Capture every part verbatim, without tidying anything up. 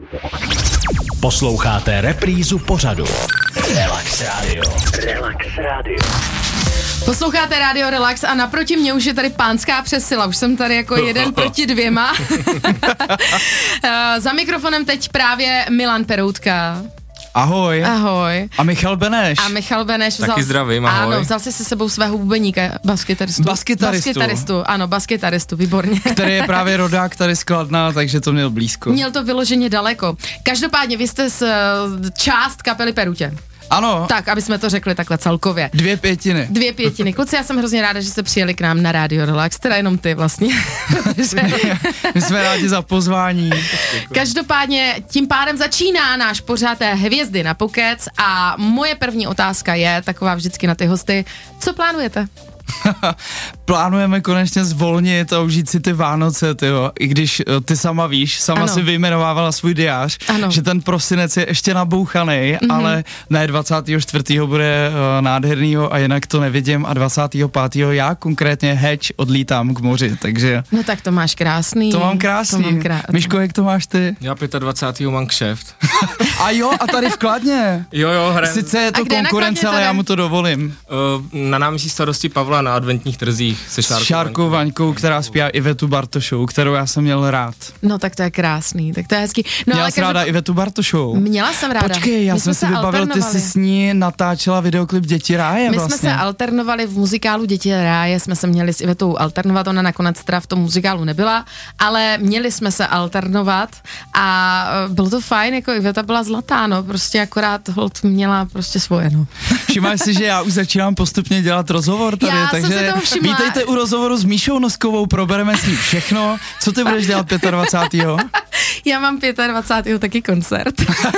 Posloucháte reprízu pořadu Relax Radio. Relax Radio. Posloucháte Radio Relax a naproti mě už je tady pánská přesila. Už jsem tady jako jeden proti dvěma. Za mikrofonem teď právě Milan Peroutka. Ahoj. Ahoj. A Michal Beneš. A Michal Beneš vzal... Taky zdravím, ahoj. Ano, vzal si se sebou svého bubeníka, baskytaristu. Baskytaristu. Baskytaristu, ano, baskytaristu, výborně. Který je právě rodák tady z Kladna, takže to měl blízko. Měl to vyloženě daleko. Každopádně vy jste z část kapely Perutě. Ano. Tak, aby jsme to řekli takhle celkově. Dvě pětiny. Dvě pětiny. Kluci, já jsem hrozně ráda, že jste přijeli k nám na Radio Relax, teda jenom ty vlastně. My jsme rádi za pozvání. Každopádně tím pádem začíná náš pořad Hvězdy na pokec a moje první otázka je taková vždycky na ty hosty. Co plánujete? Plánujeme konečně zvolnit a užít si ty Vánoce, tyjo. I když ty sama víš, sama ano. si vyjmenovávala svůj diář, ano. že ten prosinec je ještě nabouchanej, mm-hmm. ale ne dvacátého čtvrtého bude uh, nádhernýho a jinak to nevidím a dvacátého pátého já konkrétně heč odlítám k moři, takže... No tak to máš krásný. To mám krásný. To mám krá... Miško, jak to máš ty? Já dvacátého pátého mám kšeft. A jo, a tady v Kladně. Jo, jo, hrajem. Sice je to konkurence, ale já mu to dovolím. Uh, na náměstí Starosti Pavla na adventních trzích se Šárkou, Šárkou Vaňkou, která zpívá Ivetu Bartošovou, kterou já jsem měl rád. No tak to je krásný, tak to je hezký. No, Měla ale jsi ráda Ivetu Bartošovou? Měla jsem ráda. Počkej, já My jsem si vybavil, ty jsi s ní natáčela videoklip Děti ráje My vlastně. jsme se alternovali v muzikálu Děti ráje, jsme se měli s Ivetou alternovat, ona nakonec teda v tom muzikálu nebyla, ale měli jsme se alternovat a bylo to fajn, jako Iveta byla zlatá, no, prostě akorát holt měla prostě svoje, no. Všimáš si, že já už začínám postupně dělat rozhovor tady, Já takže jsem si toho všimla. Vítejte u rozhovoru s Míšou Noskovou, probereme s ní všechno. Co ty budeš dělat dvacátého pátého? Já mám dvacátého pátého taky koncert.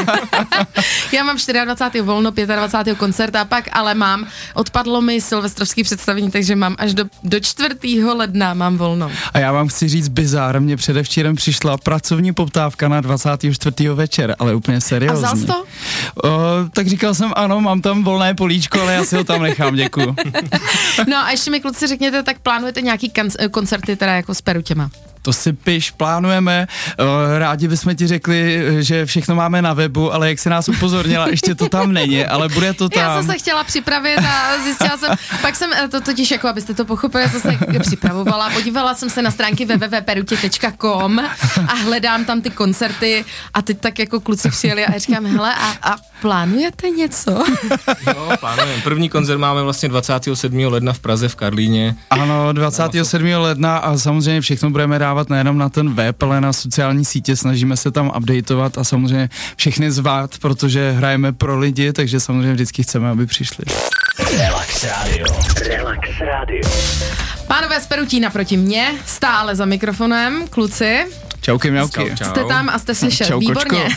Já mám dvacátého čtvrtého volno, dvacátého pátého koncert a pak ale mám, odpadlo mi silvestrovský představení, takže mám až do, do čtvrtého ledna mám volno. A já vám chci říct bizár, mně předevčírem přišla pracovní poptávka na dvacátého čtvrtého večer, ale úplně seriózní. A vzal jsi to? O, tak říkal jsem ano, mám tam volné políčko, ale já si ho tam nechám, děkuju. No a ještě mi kluci řekněte, tak plánujete nějaký kan- koncerty teda jako s Perutěma? To si piš, plánujeme, rádi bychom ti řekli, že všechno máme na webu, ale jak se nás upozornila, ještě to tam není, ale bude to tam. Já jsem se chtěla připravit a zjistila jsem, pak jsem to totiž, jako abyste to pochopili, já jsem se připravovala, podívala jsem se na stránky w w w tečka perutě tečka com a hledám tam ty koncerty a teď tak jako kluci přijeli a říkám, hele, a, a plánujete něco? Jo, plánujeme. První koncert máme vlastně dvacátého sedmého ledna v Praze v Karlíně. Ano, dvacátého sedmého ledna a samozřejmě všechno budeme dávat nejenom na ten web, ale na sociální sítě, snažíme se tam updateovat a samozřejmě všechny zvát, protože hrajeme pro lidi, takže samozřejmě vždycky chceme, aby přišli. Relax Radio. Relax Radio. Pánové z Perutí naproti mě, stále za mikrofonem, kluci. Čauky, mňauky. Čau, čau. Jste tam a jste slyšet, Čau, výborně.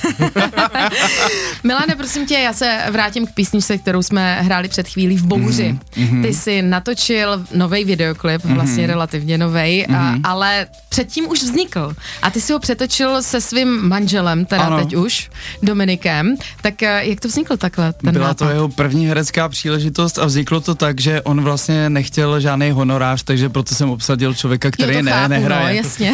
Milane, prosím tě, já se vrátím k písničce, kterou jsme hráli před chvílí v Bouři. Mm-hmm. Ty jsi natočil novej videoklip, mm-hmm. vlastně relativně novej, mm-hmm. a, ale předtím už vznikl. A ty si ho přetočil se svým manželem, teda ano. teď už, Dominikem. Tak jak to vzniklo takhle, ten Byla nápad? to jeho první herecká příležitost a vzniklo to tak, že on vlastně nechtěl žádný honorář, takže proto jsem obsadil člověka, který jo, to ne, chápu, nehraje. No, jasně.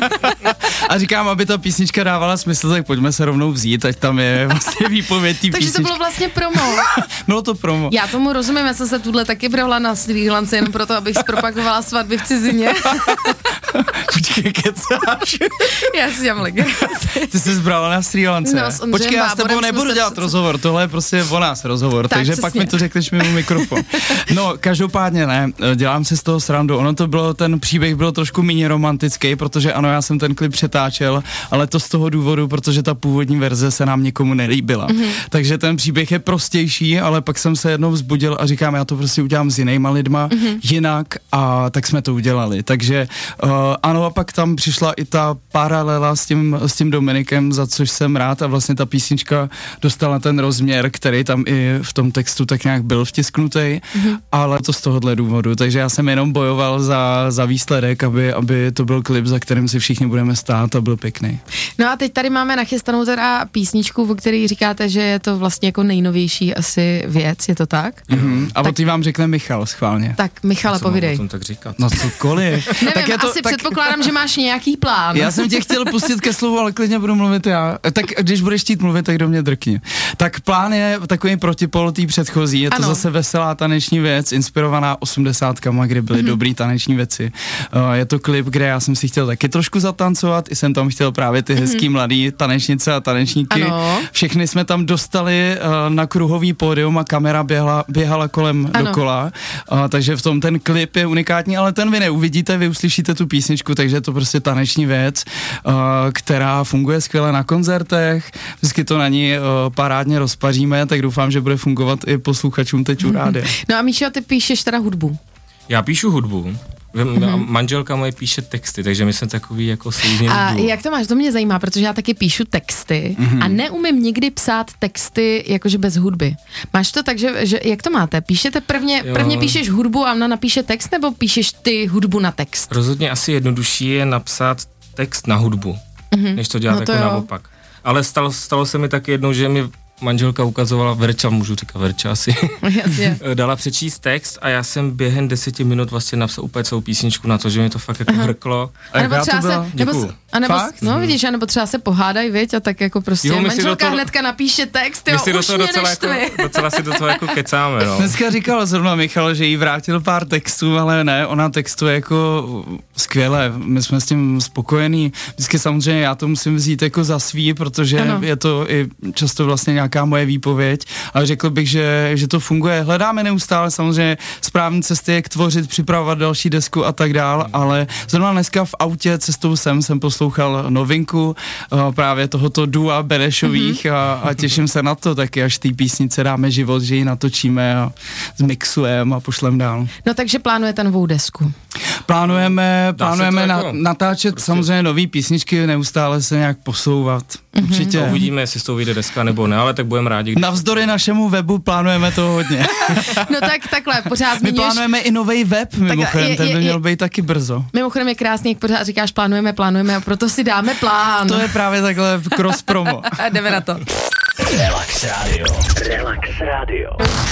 A říkám, aby ta písnička dávala smysl, tak pojďme se rovnou vzít, ať tam je vlastně výpověď té Takže písničky. to bylo vlastně promo. Bylo to promo. Já tomu rozumím, já jsem se tuhle taky brala na Srí Lance jenom proto, abych zpropagovala svatby v cizině. Počkej, kecáš. Já si dělám legraci. Ty jsi zbrala na Srí Lance. No, s Ondřejem Počkej, já s tebou Báborem nebudu jsme dělat se- rozhovor, tohle je prostě o nás rozhovor, Tak, takže přesně. pak mi to řekneš mimo mikrofon. No, každopádně ne, dělám si z toho srandu, ono to bylo, ten příběh byl trošku méně romantický, protože ano, já jsem ten klip přetáčel, ale to z toho důvodu, protože ta původní verze se nám někomu nelíbila. Mm-hmm. Takže ten příběh je prostější, ale pak jsem se jednou vzbudil a říkám, já to prostě udělám s jinýma lidma, mm-hmm. jinak a tak jsme to udělali. Takže uh, ano, a pak tam přišla i ta paralela s tím, s tím Dominikem, za což jsem rád a vlastně ta písnička dostala ten rozměr, který tam i v tom textu tak nějak byl vtisknutý, mm-hmm. ale to z tohohle důvodu. Takže já jsem jenom bojoval za, za výsledek, aby, aby to byl klip, za kterým si všichni budeme stát a byl pěkný. No a teď tady máme nachystanou teda písničku, o které říkáte, že je to vlastně jako nejnovější asi věc, je to tak? Mm-hmm. A tak, o té vám řekne Michal schválně. Tak Michale, Co mám povidej. o tom tak říkat? No cokoliv. Nevím, tak je to, asi tak tak- předpokládám, že máš nějaký plán. Já jsem tě chtěl pustit ke slovu, ale klidně budu mluvit já. Tak když budeš chtít mluvit, tak do mě drkni. Tak plán je takový protipol té předchozí, je to Ano. zase veselá taneční věc, inspirovaná osmdesátkama, kde byly mm-hmm. dobrý taneční věci. Uh, je to klip, kde já jsem si chtěl taky trošku zatancovat, i jsem tam chtěl právě ty hezký mm-hmm. mladý tanečnice a tanečníky. Ano. Všechny jsme tam dostali uh, na kruhový pódium a kamera běhala, běhala kolem Ano. dokola, uh, takže v tom ten klip je unikátní, ale ten vy neuvidíte, vy uslyšíte tu písničku, takže je to prostě taneční věc, uh, která funguje skvěle na koncertech, vždycky to na ní uh, parádně rozpaříme, tak doufám, že bude fungovat i posluchačům teď u rádia. No a Míšo, ty píšeš teda hudbu. Já píšu hudbu. Mm-hmm. Manželka moje píše texty, takže my jsme takový jako souzněný A duo. jak to máš? To mě zajímá, protože já taky píšu texty mm-hmm. a neumím nikdy psát texty jakože bez hudby. Máš to tak, že, že jak to máte? Píšete prvně, prvně píšeš hudbu a ona napíše text, nebo píšeš ty hudbu na text? Rozhodně asi jednodušší je napsat text na hudbu, mm-hmm. než to dělat No to jako jo. naopak. Ale stalo, stalo se mi taky jednou, že mi manželka ukazovala, Verča, můžu říkat Verča asi, Jasně. dala přečíst text a já jsem během deseti minut vlastně napsal úplně celou písničku na to, že mi to fakt jako hrklo. A nebo jaká to třeba byla? se, nebo, Děkuju. a nebo, Fakt? no vidíš, a nebo třeba se pohádají, viď, a tak jako prostě Jo, my si manželka do toho- hnedka napíše text, jo, My si do už toho mě docela, jako, neštvi. docela si do toho jako kecáme, no. Dneska říkal zrovna Michal, že jí vrátil pár textů, ale ne, ona textuje jako skvěle, my jsme s tím spokojení. Vždycky samozřejmě já to musím vzít jako za svý, protože Ano. je to i často vlastně nějaká moje výpověď, ale řekl bych, že, že to funguje. Hledáme neustále samozřejmě správné cesty, jak tvořit, připravovat další desku a tak dál, ale zrovna dneska v autě cestou sem jsem poslouchal novinku uh, právě tohoto dua Benešových mm-hmm. a, a těším se na to taky, až té písnice dáme život, že ji natočíme a zmixujeme a pošlem dál. No takže plánujete novou desku. Plánujeme, Dá se plánujeme to na, jako natáčet prostě- samozřejmě nový písničky, neustále se nějak posouvat. Mm-hmm. Určitě. Uvidíme, jestli z toho vyjde deska nebo ne, ale tak budeme rádi. Když... Navzdory našemu webu plánujeme to hodně. No tak takhle, pořád My zmiňuješ. plánujeme i nový web, mimochodem, je- ten by je- měl je- být taky brzo. Mimochodem je krásný, jak pořád říkáš plánujeme, plánujeme a proto si dáme plán. To je právě takhle cross promo. A jdeme na to. Relax Radio. Relax Radio.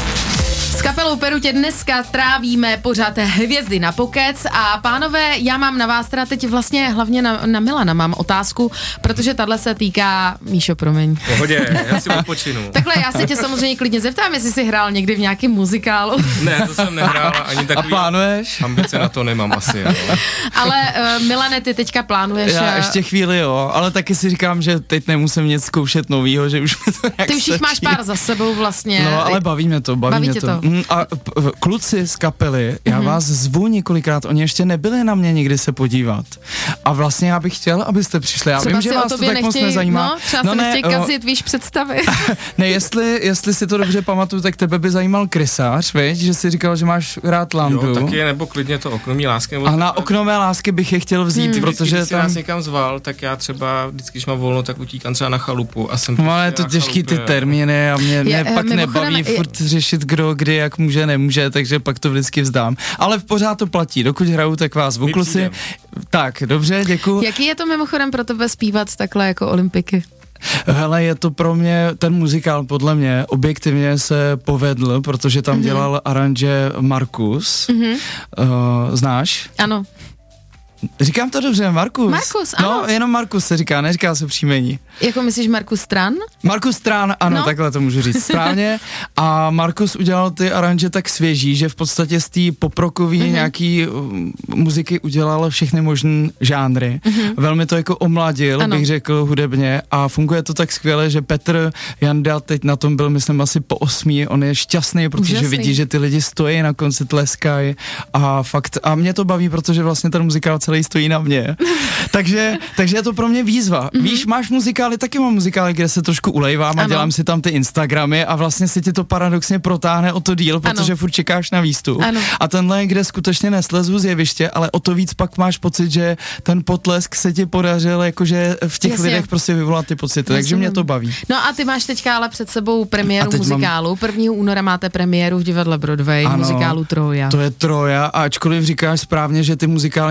S kapelou Perutě dneska trávíme pořád Hvězdy na pokec a pánové, já mám na vás teda teď vlastně hlavně na, na Milana mám otázku, protože tahle se týká, Míšo, promiň. Pohodě, já si odpočinu. Takhle já se tě samozřejmě klidně zeptám, jestli jsi hrál někdy v nějakém muzikálu, Ne, to jsem nehrál ani A takový plánuješ? ambice na to nemám asi. Jo. ale uh, Milane, ty teďka plánuješ... Já eh, ještě chvíli jo, ale taky si říkám, že teď nemusím nic zkoušet novýho, že už mi to nějak Ty už jich máš stačí. pár za sebou vlastně. No, ale baví mě to, baví, Baví mě tě to. to. Mm, a p- p- kluci z kapely, já mm-hmm. vás zvu několikrát, oni ještě nebyli na mě nikdy se podívat. A vlastně já bych chtěl, abyste přišli. Já Třeba vím, že si o vás to tobě tak moc nechtěj- nezajímá. No, třeba no, se ne, nechtějí o, kazit, víš, představy. ne, jestli, jestli si to dobře pamatuju, tak tebe by zajímal krysář, viď? Že jsi říkal, že máš rád landu. Jo, taky nebo klidně to okno mý lásky. Nebo... A na okno mé lásky bych je chtěl vzít, hmm. Vždycky, protože když si tam... nás někam zval, tak já třeba, vždycky, když mám volno, tak utíkám třeba na chalupu a jsem No, ale je to prostě na těžký ty chalupě. termíny a mě, Je, mě eh, pak mimochodem, nebaví je- furt řešit, kdo, kdy, jak může, nemůže, takže pak to vždycky vzdám. Ale v pořád to platí, dokud hraju, tak vás My vuklusi. přijdem. Tak, dobře, děkuju. Jaký je to mimochodem pro tebe zpívat takhle jako olympiky? Hele, je to pro mě, ten muzikál podle mě objektivně se povedl, protože tam mm-hmm. dělal aranže Markus. Mm-hmm. Uh, znáš? Ano. Říkám to dobře, Markus. Markus, ano. No, jenom Markus se říká, neříká se příjmení. Jako myslíš Markus Stran? Markus Strán, ano, No. no. takhle to můžu říct správně. A Markus udělal ty aranže tak svěží, že v podstatě z té poprokový mm-hmm. nějaký um, muziky udělal všechny možné žánry. Mm-hmm. Velmi to jako omladil, Ano. bych řekl, hudebně a funguje to tak skvěle, že Petr Janda teď na tom byl, myslím, asi po osmí. On je šťastný, protože Úžasný. vidí, že ty lidi stojí na konci, tleskají a fakt, a mě to baví, protože vlastně ten muzikál celý stojí na mě. takže, takže je to pro mě výzva. Mm-hmm. Víš, máš muzikály, taky mám muzikály, kde se trošku ulejvám a Ano. dělám si tam ty Instagramy a vlastně si ti to paradoxně protáhne o to díl, protože Ano. furt čekáš na výstup. Ano. A tenhle je, kde skutečně neslezu z jeviště, ale o to víc pak máš pocit, že ten potlesk se ti podařil jakože v těch Jasně. lidech prostě vyvolat ty pocity, takže Rozumím. mě to baví. No a ty máš teďka ale před sebou premiéru A teď mám- muzikálu. prvního února máte premiéru v divadle Broadway, Ano. muzikálu Troja. To je Troja a ačkoliv říkáš správně, že ty muzikály nějaký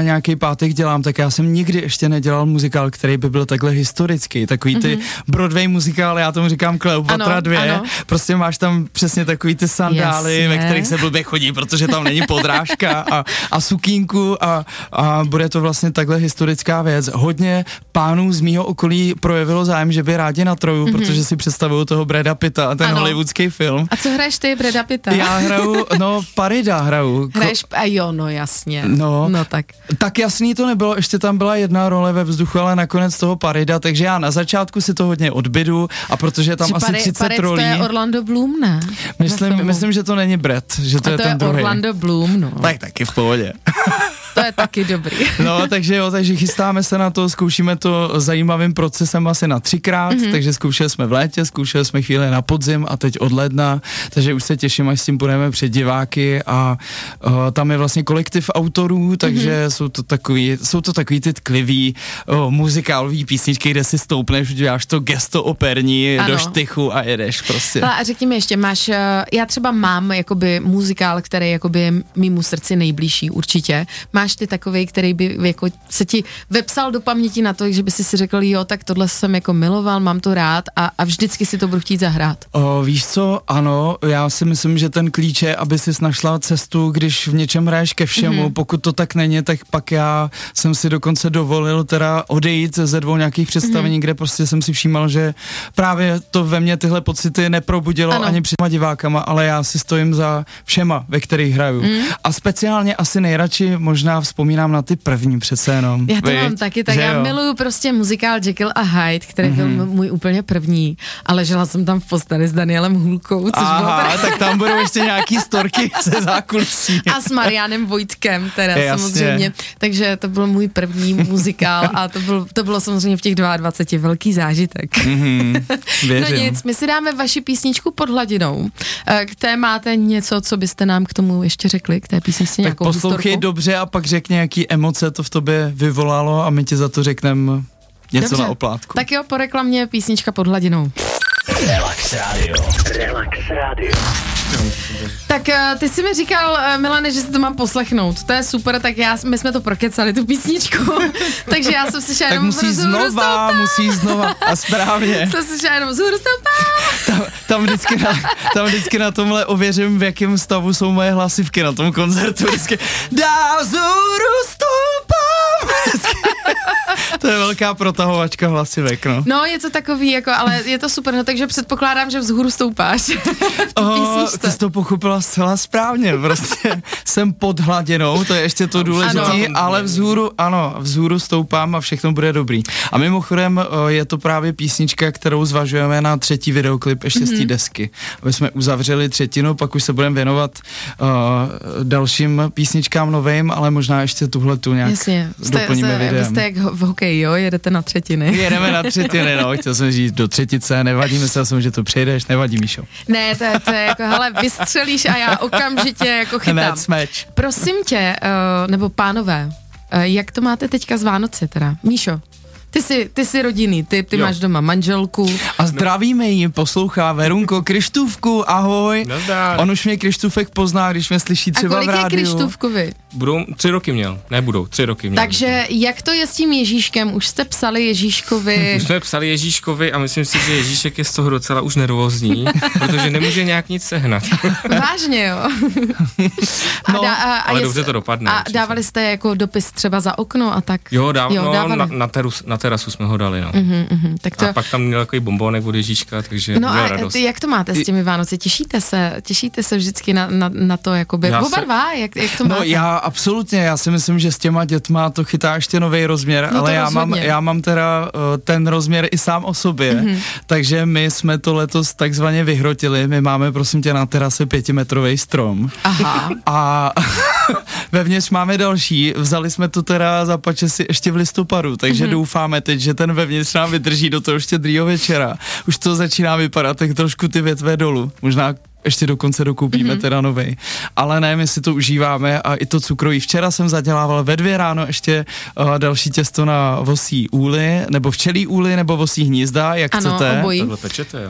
pátek dělám, tak já jsem nikdy ještě nedělal muzikál, který by byl takhle historický, takový ty mm-hmm. Broadway muzikál, já tomu říkám Kleopatra dvě, prostě máš tam přesně takový ty sandály, Jasně. ve kterých se blbě chodí, protože tam není podrážka a, a sukínku a, a bude to vlastně takhle historická věc. Hodně pánů z mýho okolí projevilo zájem, že by rádi na Troju, mm-hmm. protože si představují toho Brada Pitta, ten ano. hollywoodský film. A co hraješ ty, Brada Pitta? Já hraju, no Parida hraju. Hraješ, a jo, no jasně. No, no tak. Tak jasný to nebylo, ještě tam byla jedna role ve vzduchu, ale nakonec toho Parida, takže já na začátku si to hodně odbydu a protože je tam Či asi pari, třicet Parid rolí. To je Orlando Bloom, ne? Myslím, myslím, že to není Brad, že to a je to ten je druhý. Orlando Bloom, no. Tak taky v pohodě. To je taky dobrý. No, takže jo, takže chystáme se na to, zkoušíme to zajímavým procesem asi na třikrát, mm-hmm. takže zkoušeli jsme v létě, zkoušeli jsme chvíli na podzim a teď od ledna, takže už se těším, až s tím budeme před diváky a uh, tam je vlastně kolektiv autorů, takže mm-hmm. jsou to takový, jsou to takový ty tklivý uh, muzikálový písničky, kde si stoupneš, děláš to gesto operní ano. do štychu a jedeš prostě. A řekni mi ještě, máš, já třeba mám jakoby muzikál, který jakoby je mýmu srdci nejbližší určitě. Máš ty takovej, který by jako se ti vepsal do paměti na to, že by si si řekl, jo, tak tohle jsem jako miloval, mám to rád a, a vždycky si to budu chtít zahrát. O, víš co, ano, já si myslím, že ten klíč je, aby si našla cestu, když v něčem hraješ ke všemu, mm-hmm. pokud to tak není, tak pak já jsem si dokonce dovolil teda odejít ze dvou nějakých představení, mm-hmm. kde prostě jsem si všímal, že právě to ve mně tyhle pocity neprobudilo ano. ani před divákama, ale já si stojím za všema, ve kterých hraju. Mm. A speciálně asi nejradši možná vzpomínám na ty první přece jenom. Já to Vy, mám taky, tak já jo? miluju prostě muzikál Jekyll a Hyde, který mm-hmm. byl můj úplně první a ležela jsem tam v posteli s Danielem Hůlkou, což Aha, bylo teda... tak tam budou ještě nějaký storky ze zákulisí. A s Marianem Vojtkem teda je, samozřejmě. Takže to byl můj první muzikál a to, byl, to bylo samozřejmě v těch dvaceti dva velký zážitek. Mm-hmm, no nic, my si dáme vaši písničku Pod hladinou. K té máte něco, co byste nám k tomu ještě řekli, k té písničce nějakou historku? Tak poslouchej dobře a pak řekni, jaký emoce to v tobě vyvolalo a my ti za to řekneme něco dobře. Na oplátku. Tak jo, po reklamě písnička Pod hladinou. Relax Radio. Relax Radio. Tak ty jsi mi říkal, Milane, že si to mám poslechnout. To je super, tak já, my jsme to prokecali, tu písničku. Takže já jsem slyšela jenom musí znova, musí znova a správně. Jsem slyšela jenom zhůru tam, tam, vždycky na, tam vždycky na tomhle ověřím, v jakém stavu jsou moje hlasivky na tom koncertu. Vždycky dál vzhůru stoupám. To je velká protahovačka hlasivek, no. No, je to takový, jako, ale je to super, no, takže předpokládám, že vzhůru stoupáš. Oh, ty jsi to pochopila zcela správně, prostě jsem pod hladinou, to je ještě to důležité, ale vzhůru, ano, vzhůru stoupám a všechno bude dobrý. A mimochodem je to právě písnička, kterou zvažujeme na třetí videoklip ještě mm-hmm. z té desky. Aby jsme uzavřeli třetinu, pak už se budeme věnovat uh, dalším písničkám novým, ale možná ještě tuhletu nějak Jasně. doplníme jste, videem. Vy jste jak v hokeji, jo? Jedete na třetiny. Jedeme na třetiny, no, chtěl jsem říct do třetice, nevadí, myslel jsem, že to přejdeš, nevadí, Míšo. Ne, to je, to je jako, hele, vystřelíš a já okamžitě jako chytám. Hned smeč. Prosím tě, uh, nebo pánové, uh, jak to máte teďka z Vánoci teda? Míšo, ty jsi, ty jsi rodinný, ty, ty máš doma manželku. A zdravíme jí, poslouchá Verunko Krištůvku, ahoj. Nazdar. On už mě Krištůfek pozná, když mě slyší třeba v rádiu. A kolik je Krištůvkovi? Budou, tři roky měl, nebudou, tři roky měl. Takže jak to je s tím Ježíškem? Už jste psali Ježíškovi? Už jsme psali Ježíškovi a myslím si, že Ježíšek je z toho docela už nervózní, protože nemůže nějak nic sehnat. Vážně, jo. A no, dá, a, a ale jest, dobře to dopadne. A dávali jste jako dopis třeba za okno a tak? Jo, dáv, jo no, dávali. na, na, terus, na terasu jsme ho dali, no. Uh-huh, uh-huh, tak to... A pak tam měl takový bombonek od Ježíška, takže no byla a radost. Ty, jak to máte s těmi Vánoci? Těšíte se? Těšíte se vždycky na, na, na to, jakoby, oba dva? Jak, jak to no máte? já absolutně, já si myslím, že s těma dětma to chytá ještě nový rozměr, no ale já mám, já mám teda uh, ten rozměr i sám o sobě, mm-hmm. takže my jsme to letos takzvaně vyhrotili, my máme prosím tě na terase pětimetrový strom. Aha. A vevnitř máme další, vzali jsme to teda za si ještě v listopadu, takže mm-hmm. doufáme teď, že ten vevnitř nám vydrží do toho štědrýho večera. Už to začíná vypadat tak trošku ty větve dolů, možná ještě dokonce dokoupíme mm-hmm. teda novej. Ale ne, my si to užíváme a i to cukroví. Včera jsem zadělával ve dvě ráno ještě uh, další těsto na vosí úly, nebo včelí úly, nebo vosí hnízda, jak ano, chcete. Obojí. Takhle pečete, jo?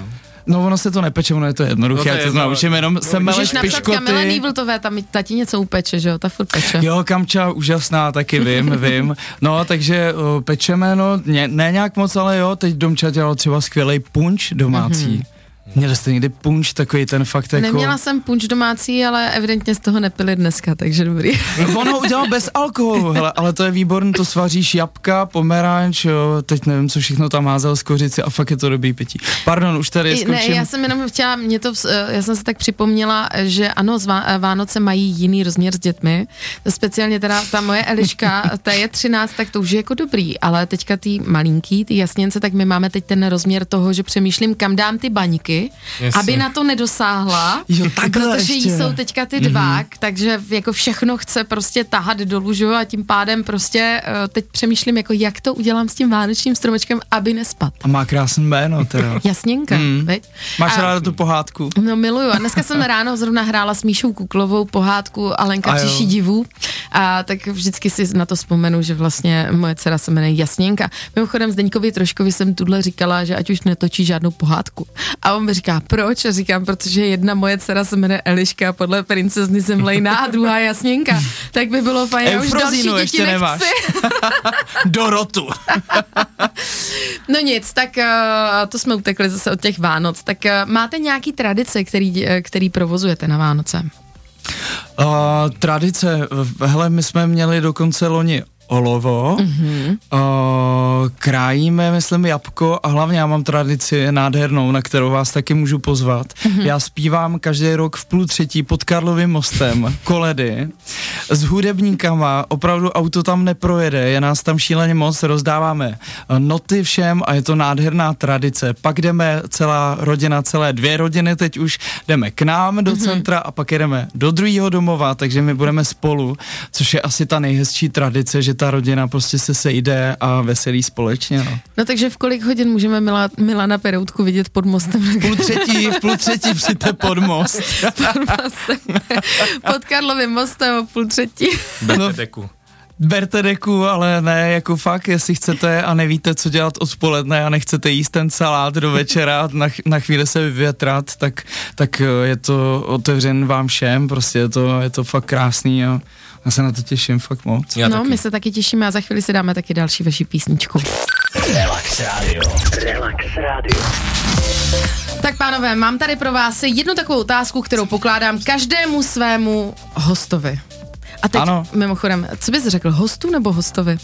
No ono se to nepeče, ono je to jednoduché, no to, to znamená, už jenom no, se meleš piškoty. Můžeš napsat Kamile Nývltové, tam tati něco upeče, že jo, ta furt peče. Jo, Kamča, úžasná, taky vím, vím. No, takže o, pečeme, no, ne, ne nějak moc, ale jo, teď Domča dělal třeba skvělej punč domácí. Mm-hmm. Měli jste někdy punč, takový ten fakt jako... Neměla jsem punč domácí, ale evidentně z toho nepili dneska, takže dobrý. On ho udělal bez alkoholu, hele, ale to je výborný, to svaříš jabka, pomeranč, jo, teď nevím, co všechno tam házel z kořici a fakt je to dobrý pití. Pardon, už tady skočím. Ne, já jsem jenom chtěla, mě to, já jsem se tak připomněla, že ano, Vánoce mají jiný rozměr s dětmi, speciálně teda ta moje Eliška, ta je třináct, tak to už je jako dobrý, ale teďka ty malinký, ty jasněnce, tak my máme teď ten rozměr toho, že přemýšlím, kam dám ty baňky, Jasně. aby na to nedosáhla, jo, protože ještě. jí jsou teďka ty dva, mm-hmm. takže jako všechno chce prostě tahat dolů, že jo, a tím pádem prostě uh, teď přemýšlím, jako jak to udělám s tím vánočním stromečkem, aby nespad. A má krásný jméno teda. Jasněnka, mm. veď? Máš a, ráda tu pohádku? No miluju a dneska jsem ráno zrovna hrála s Míšou Kuklovou pohádku Alenka příší divu a tak vždycky si na to vzpomenu, že vlastně moje dcera se jmenuje Jasněnka. Mimochodem Zdeňkovi Troškovi jsem tuhle říkala, že ať už netočí žádnou pohádku. A on mi říká, proč? A říkám, protože jedna moje dcera se jmenuje Eliška podle princezny Zemlejná a druhá Jasněnka. Tak by bylo fajn, já už další děti nechci. Dorotu. No nic, tak uh, to jsme utekli zase od těch Vánoc. Tak uh, máte nějaký tradice, který, který provozujete na Vánoce? Uh, tradice, hele, my jsme měli dokonce loni olovo, mm-hmm. uh, krájíme, myslím, jabko a hlavně já mám tradici nádhernou, na kterou vás taky můžu pozvat. Mm-hmm. Já zpívám každý rok v půl třetí pod Karlovým mostem koledy s hudebníkama, opravdu auto tam neprojede, je nás tam šíleně moc, rozdáváme noty všem a je to nádherná tradice. Pak jdeme celá rodina, celé dvě rodiny teď už, jdeme k nám do mm-hmm. centra a pak jdeme do druhého domova, takže my budeme spolu, což je asi ta nejhezčí tradice, že ta rodina prostě se sejde a veselí společně, no. No takže v kolik hodin můžeme Mila, Milana Peroutku vidět pod mostem? V půl třetí, v půl třetí přijďte pod most. Pod mostem. Pod Karlovým mostem o půl třetí. Berte deku. Berte deku, ale ne, jako fakt, jestli chcete a nevíte, co dělat odpoledne a nechcete jíst ten salát do večera, na, na chvíli se vyvětrat, tak, tak je to otevřen vám všem, prostě je to, je to fakt krásný a já se na to těším fakt moc. Já no, taky. My se taky těšíme a za chvíli si dáme taky další vaši písničku. Relax Radio. Relax Radio. Tak pánové, mám tady pro vás jednu takovou otázku, kterou pokládám každému svému hostovi. A teď ano. Mimochodem, co bys řekl, hostu nebo hostovi?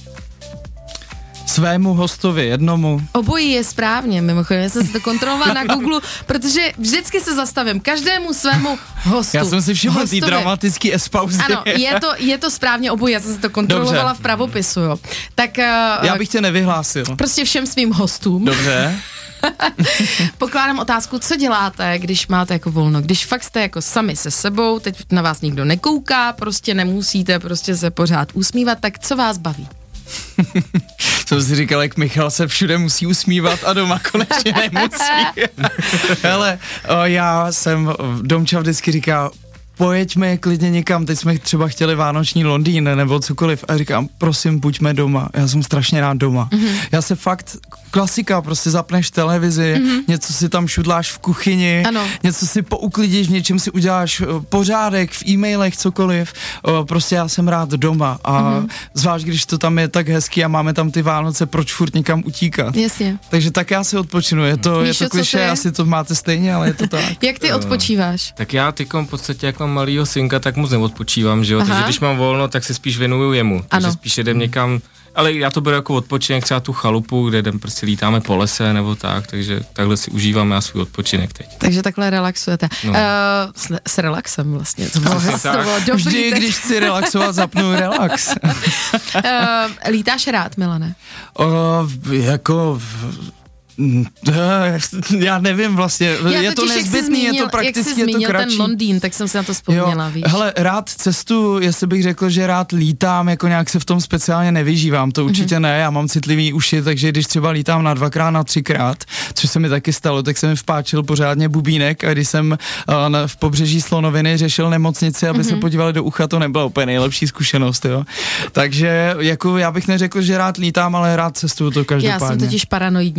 Svému hostovi, jednomu. Obojí je správně, mimochodem, já jsem si to kontrolovala na Google, protože vždycky se zastavím každému svému hostu. Já jsem si všiml tý dramatický espauzy. Ano, je to, je to správně obojí, já jsem si to kontrolovala Dobře. v pravopisu, jo. Tak, uh, já bych tě nevyhlásil. Prostě všem svým hostům. Dobře. Pokládám otázku, co děláte, když máte jako volno, když fakt jste jako sami se sebou, teď na vás nikdo nekouká, prostě nemusíte prostě se pořád usmívat, tak co vás baví? Jsem si říkal, jak Michal se všude musí usmívat a doma konečně nemusí. Hele, já jsem, Domča vždycky říká, pojeďme klidně někam, teď jsme třeba chtěli vánoční Londýn nebo cokoliv a říkám, prosím, buďme doma, já jsem strašně rád doma. Mm-hmm. Já se fakt, klasika, prostě zapneš televizi, mm-hmm. něco si tam šudláš v kuchyni, ano. něco si pouklidíš, v něčem si uděláš pořádek, v e-mailech, cokoliv, prostě já jsem rád doma a mm-hmm. zvlášť, když to tam je tak hezký a máme tam ty Vánoce, proč furt někam utíkat. Jasně. Takže tak já si odpočinu, je to, je to klišé, asi to máte stejně, ale je to tak. Jak ty odpočíváš? Tak já tykom v podstatě jako malýho synka, tak moc neodpočívám, že jo, Aha. takže když mám volno, tak se spíš věnuju jemu, takže ano. spíš jedem někam, ale já to beru jako odpočinek, třeba tu chalupu, kde jdem, prostě lítáme po lese nebo tak, takže takhle si užíváme a svůj odpočinek teď. Takže takhle relaxujete. No. Uh, s, s relaxem vlastně, to bylo, to bylo dobrý. Vždy, teď. Když chci relaxovat, zapnu relax. uh, lítáš rád, Milane? Uh, jako... Já nevím vlastně, já je to nezbytný, zmínil, je to prakticky, je to kratší. Jak jsi ten Londýn, tak jsem si na to vzpomněla, jo, víš. Hele, rád cestu, jestli bych řekl, že rád lítám, jako nějak se v tom speciálně nevyžívám, to určitě mm-hmm. ne, já mám citlivý uši, takže když třeba lítám na dvakrát, na třikrát, což se mi taky stalo, tak jsem mi vpáčil pořádně bubínek a když jsem uh, na, v pobřeží Slonoviny řešil nemocnici, aby mm-hmm. se podívali do ucha, to nebyla úplně nejlepší zkušenost, jo. Takže jako já bych neřekl, že rád lítám, ale rád cestuju to každopádně. Já jsem totiž paranoidní v letadle.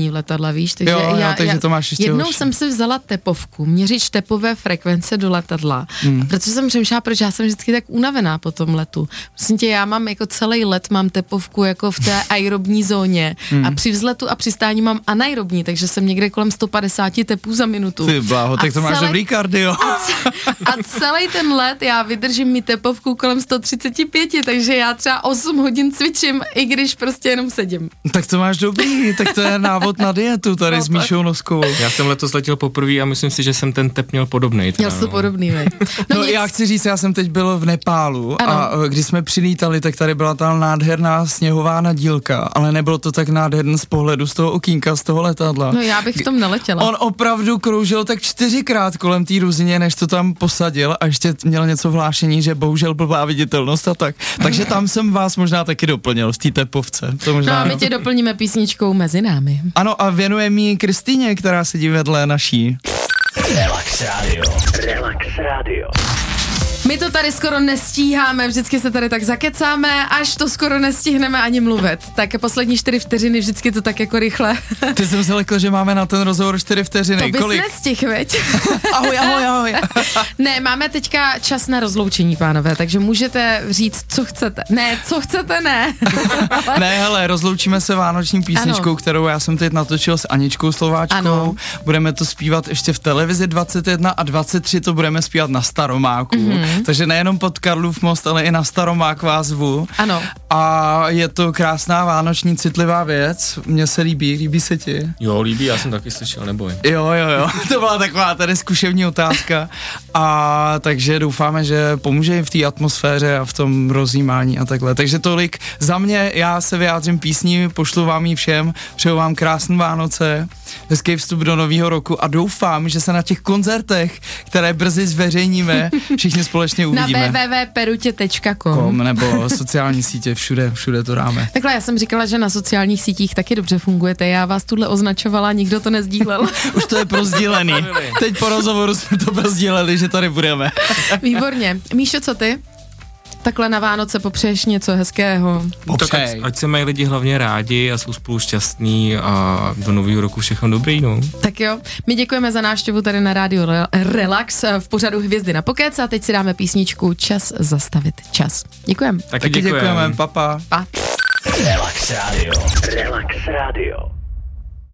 letadla, víš, takže jo, já, jo, takže já to máš ještě jednou horší. jsem si vzala tepovku, měřit tepové frekvence do letadla, hmm. protože jsem přemýšlela, proč já jsem vždycky tak unavená po tom letu. Myslím tě, já mám jako celý let mám tepovku jako v té aerobní zóně hmm. a při vzletu a přistání mám anaerobní, takže jsem někde kolem sto padesát tepů za minutu. Ty bláho, tak to celý, máš dobrý kardio. A, a celý ten let já vydržím mít tepovku kolem sto třicet pět, takže já třeba osm hodin cvičím, i když prostě jenom sedím. Tak to máš dobrý, tak to je návod na dietu tady no, s Míšou Noskovou. Já jsem letos letěl poprvé a myslím si, že jsem ten tep měl podobnej. Měl jsi to no. podobný, vej. No, no já chci říct, já jsem teď byl v Nepálu ano. a když jsme přilítali, tak tady byla ta nádherná sněhová nadílka, ale nebylo to tak nádherný z pohledu z toho okýnka, z toho letadla. No já bych v tom neletěla. On opravdu kroužil tak čtyřikrát kolem té Ruzině, než to tam posadil a ještě měl něco v hlášení, že bohužel blbá viditelnost a tak. Takže tam jsem vás možná taky doplnil v té tepovce. To možná, no a my no. tě doplníme písničkou Mezi námi. Ano a věnujeme ji Kristýně, která sedí vedle naší. Relax Radio. Relax Radio. My to tady skoro nestíháme, vždycky se tady tak zakecáme, až to skoro nestihneme ani mluvit. Tak poslední čtyři vteřiny, vždycky to tak jako rychle. Ty jsem se lekl, že máme na ten rozhovor čtyři vteřiny. To bys Kolik? nestihl, veď? Ahoj, ahoj, ahoj. Ne, máme teďka čas na rozloučení, pánové, takže můžete říct, co chcete. Ne, co chcete, ne. Ne, hele, rozloučíme se vánoční písničkou, ano. kterou já jsem teď natočil s Aničkou Slováčkou. Ano. Budeme to zpívat ještě v televizi dvacet jedna a dvacet tři to budeme zpívat na Staromáku. Mm-hmm. Takže nejenom pod Karlův most, ale i na Staromák vás zvu. Ano. A je to krásná vánoční citlivá věc. Mně se líbí, líbí se ti? Jo, líbí, já jsem taky slyšel, neboj. Jo, jo, jo, to byla taková tady zkušební otázka. A takže doufáme, že pomůže jim v té atmosféře a v tom rozjímání a takhle. Takže tolik za mě, já se vyjádřím písní, pošlu vám ji všem, přeju vám krásné Vánoce, hezký vstup do nového roku a doufám, že se na těch koncertech, které brzy zveřejníme, všichni společně uvidíme. Na w w w tečka perutě tečka com Kom, nebo sociální sítě, všude, všude to dáme. Takhle, já jsem říkala, že na sociálních sítích taky dobře fungujete, já vás tuhle označovala, nikdo to nezdílel. Už to je prozdílený. Teď po rozhovoru jsme to prozdíleli, že tady budeme. Výborně. Míšo, co ty? Takhle na Vánoce popřeješ něco hezkého. Tak ať, ať se mají lidi hlavně rádi a jsou spolu šťastní a do nového roku všechno dobrý, no. Tak jo, my děkujeme za návštěvu tady na rádiu Relax v pořadu Hvězdy na pokec a teď si dáme písničku Čas zastavit čas. Děkujeme. Taky děkujeme, papa. Pa. Relax Radio. Relax Radio.